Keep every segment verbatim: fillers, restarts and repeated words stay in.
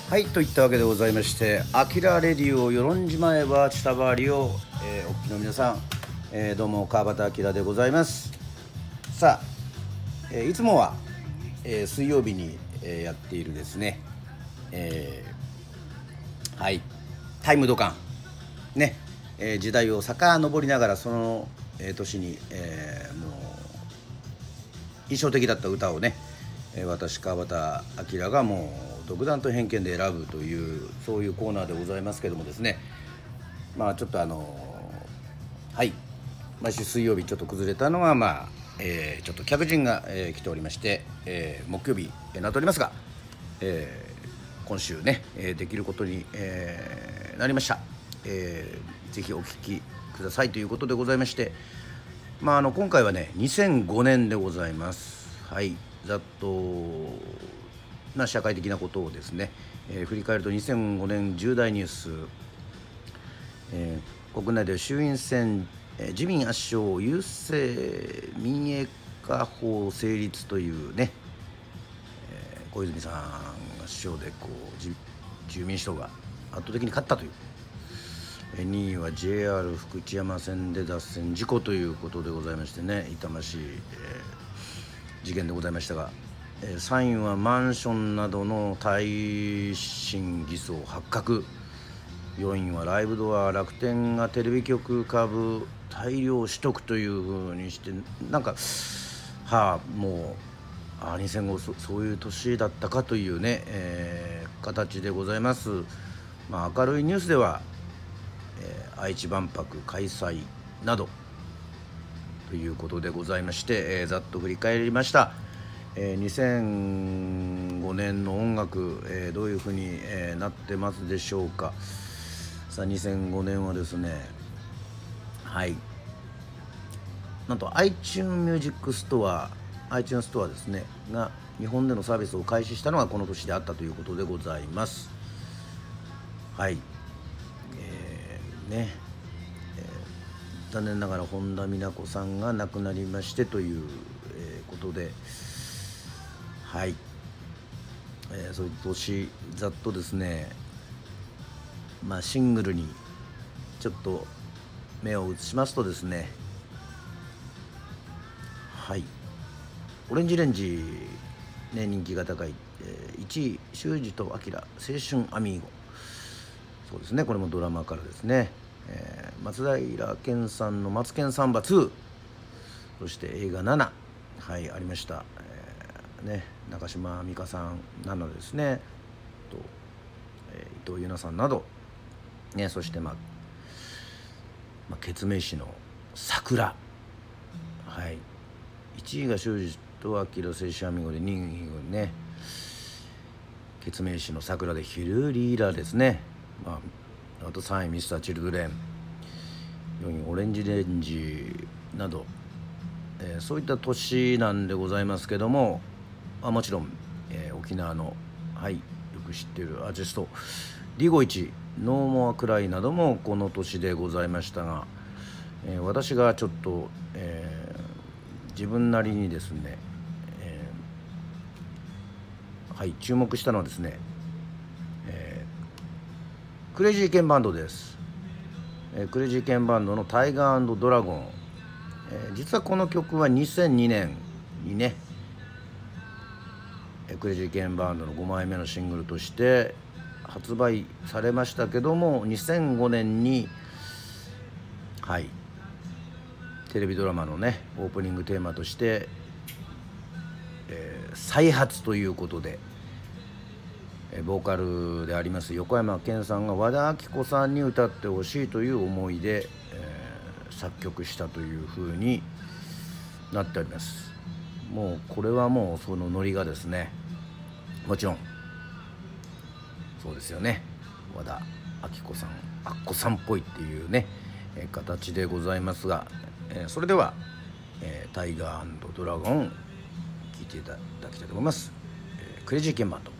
はい、といったわけでございまして、アキラレディオ与論島へはチタバリを、えー、お聞きの皆さん、えー、どうも川端明でございます。さあ、えー、いつもは、えー、水曜日に、えー、やっているですね、えー、はいタイムドカンね、えー、時代を遡りながらその、えー、年に、えー、もう印象的だった歌をね、えー、私川端明がもう独断と偏見で選ぶというそういうコーナーでございますけどもですね、まあちょっとあのはい毎週水曜日ちょっと崩れたのはまあ、えー、ちょっと客人が、えー、来ておりまして、えー、木曜日になっておりますが、えー、今週ね、えー、できることに、えー、なりました、えー、ぜひお聞きくださいということでございまして、まああの今回はねにせんごねんでございます。はい、ざっとな社会的なことをですね、えー、振り返るとにせんごねん重大ニュース、えー、国内で衆院選、えー、自民圧勝郵政民営化法成立というね、えー、小泉さんが首相でこう自自由民主党が圧倒的に勝ったという、えー、にいは ジェイアール 福知山線で脱線事故ということでございましてね、痛ましい、えー、事件でございましたが、さんいはマンションなどの耐震偽装発覚、よんいはライブドア楽天がテレビ局株大量取得というふうにして、なんかはあもうあにせんご そ, そういう年だったかというね、えー、形でございます。まあ、明るいニュースでは、えー、愛知万博開催などということでございまして、えー、ざっと振り返りました。えー、にせんごねんの音楽、えー、どういうふうに、えー、なってますでしょうか。さあにせんごねんはですね、はいなんと iTunes Music Store iTunes Store ですねが日本でのサービスを開始したのがこの年であったということでございます。はい、えー、ね、えー、残念ながら本田美奈子さんが亡くなりましてという、えー、ことで、はい、えー、そういう年ざっとですね、まあシングルにちょっと目を移しますとですね、はいオレンジレンジ、ね、人気が高い、えー、いちい修二と明青春アミーゴ、そうですね、これもドラマからですね、えー、松平健さんのマツケンサンバツー、そして映画なな、はいありました、えー、ね、中島美嘉さんななですねと、えー、伊藤優奈さんなど、ね、そしてまあ、まあ、ケツメイシの桜、はい、いちいが修二と明青春アミーゴでにいねケツメイシの桜でヒルリーラですね、まあ、あとさんいミスターチルドレン、よんいオレンジレンジなど、えー、そういった年なんでございますけども、あもちろん、えー、沖縄の、はい、よく知っているアーティスト ディーごじゅういち ノーモアクライなどもこの年でございましたが、えー、私がちょっと、えー、自分なりにですね、えー、はい注目したのはですね、えー、クレイジーケンバンドです。えー、クレイジーケンバンドのタイガー&ドラゴン、えー、実はこの曲はにせんにねんにねクレイジーケンバンドのごまいめのシングルとして発売されましたけども、にせんごねんにはいテレビドラマのねオープニングテーマとして、えー、再発ということで、えー、ボーカルであります横山健さんが和田アキ子さんに歌ってほしいという思いで、えー、作曲したという風になっております。もうこれはもうそのノリがですね、もちろんそうですよね、和田アキ子さんアッコさんっぽいっていうね、えー、形でございますが、えー、それでは、えー、タイガー&ドラゴン聴いていただきたいと思います。えー、クレイジーケンバンド。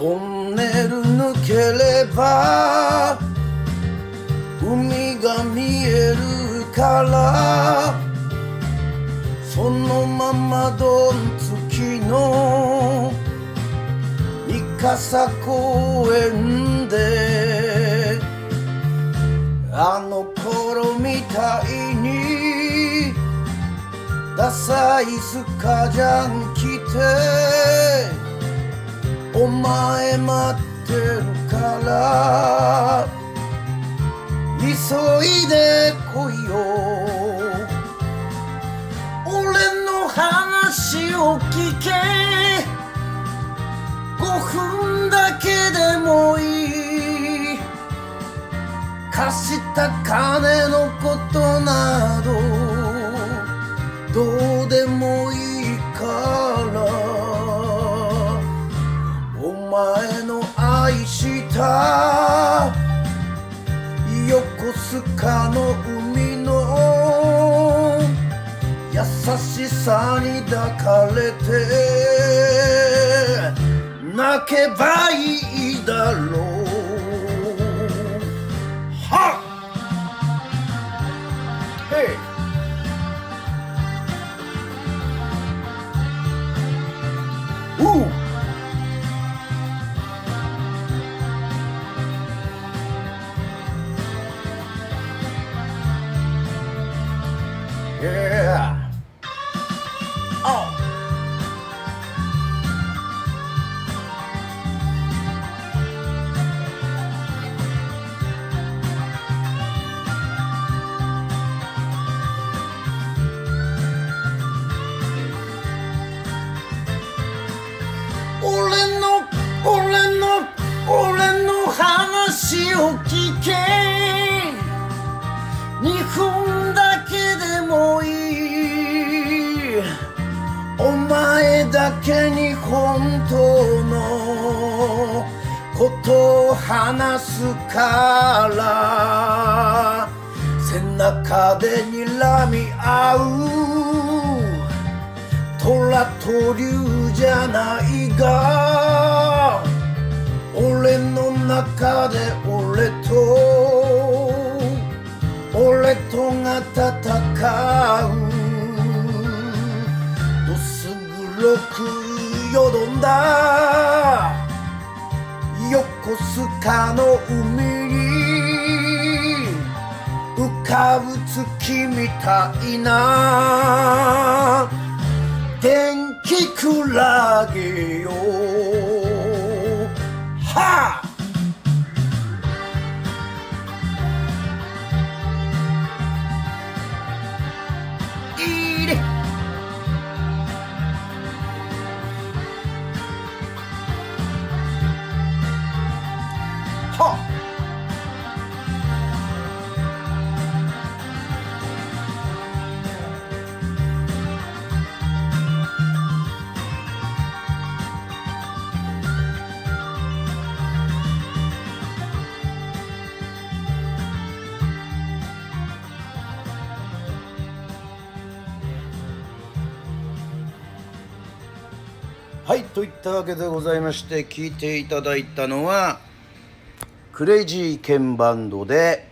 トンネル抜ければ海が見えるからそのままどんつきの三笠公園であの頃みたいにダサいスカジャン着てお前待ってるから急いで来いよ俺の話を聞けごふんだけでもいい貸した金のことなどどうでもいいからお前の愛した横須賀の海の優しさに抱かれて泣けばいいだろうはっへいYeah. Oh.俺の俺の俺の話を聞けにふんだけでもいいお前だけに本当のことを話すから背中で睨み合う虎と竜じゃないが俺の中で俺と俺とが戦うどす黒くよどんだ横須賀の海に浮かぶ月みたいな電気クラゲよはあいいねはあはいといったわけでございまして聴いていただいたのはクレイジーケンバンドで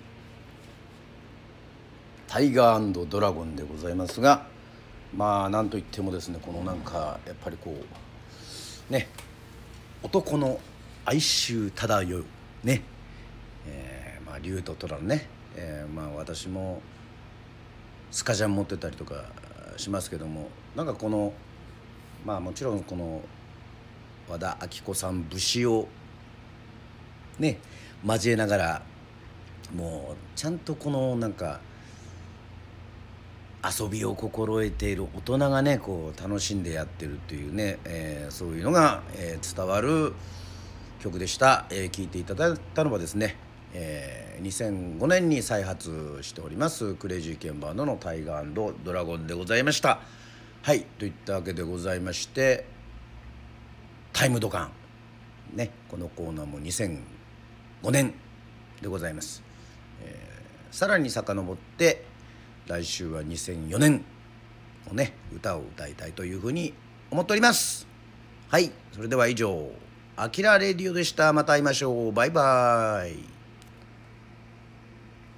タイガー&ドラゴンでございますがまあなんといってもですねこのなんかやっぱりこうね男の哀愁漂うねえー、まあ竜と虎のね、えー、まあ私もスカジャン持ってたりとかしますけどもなんかこのまあもちろんこの和田アキ子さん節をね交えながらもうちゃんとこのなんか遊びを心得ている大人がねこう楽しんでやってるっていうね、えー、そういうのが、えー、伝わる曲でした、えー、聴いていただいたのはですね、えー、にせんごねんに再発しておりますクレイジーケンバンドのタイガー&ドラゴンでございました。はいといったわけでございましてタイムドカンねこのコーナーもにせんごねんでございます、えー、さらに遡って来週はにせんよねんのね歌を歌いたいというふうに思っております。はいそれでは以上アキラレディオでした。また会いましょう。バイバイ。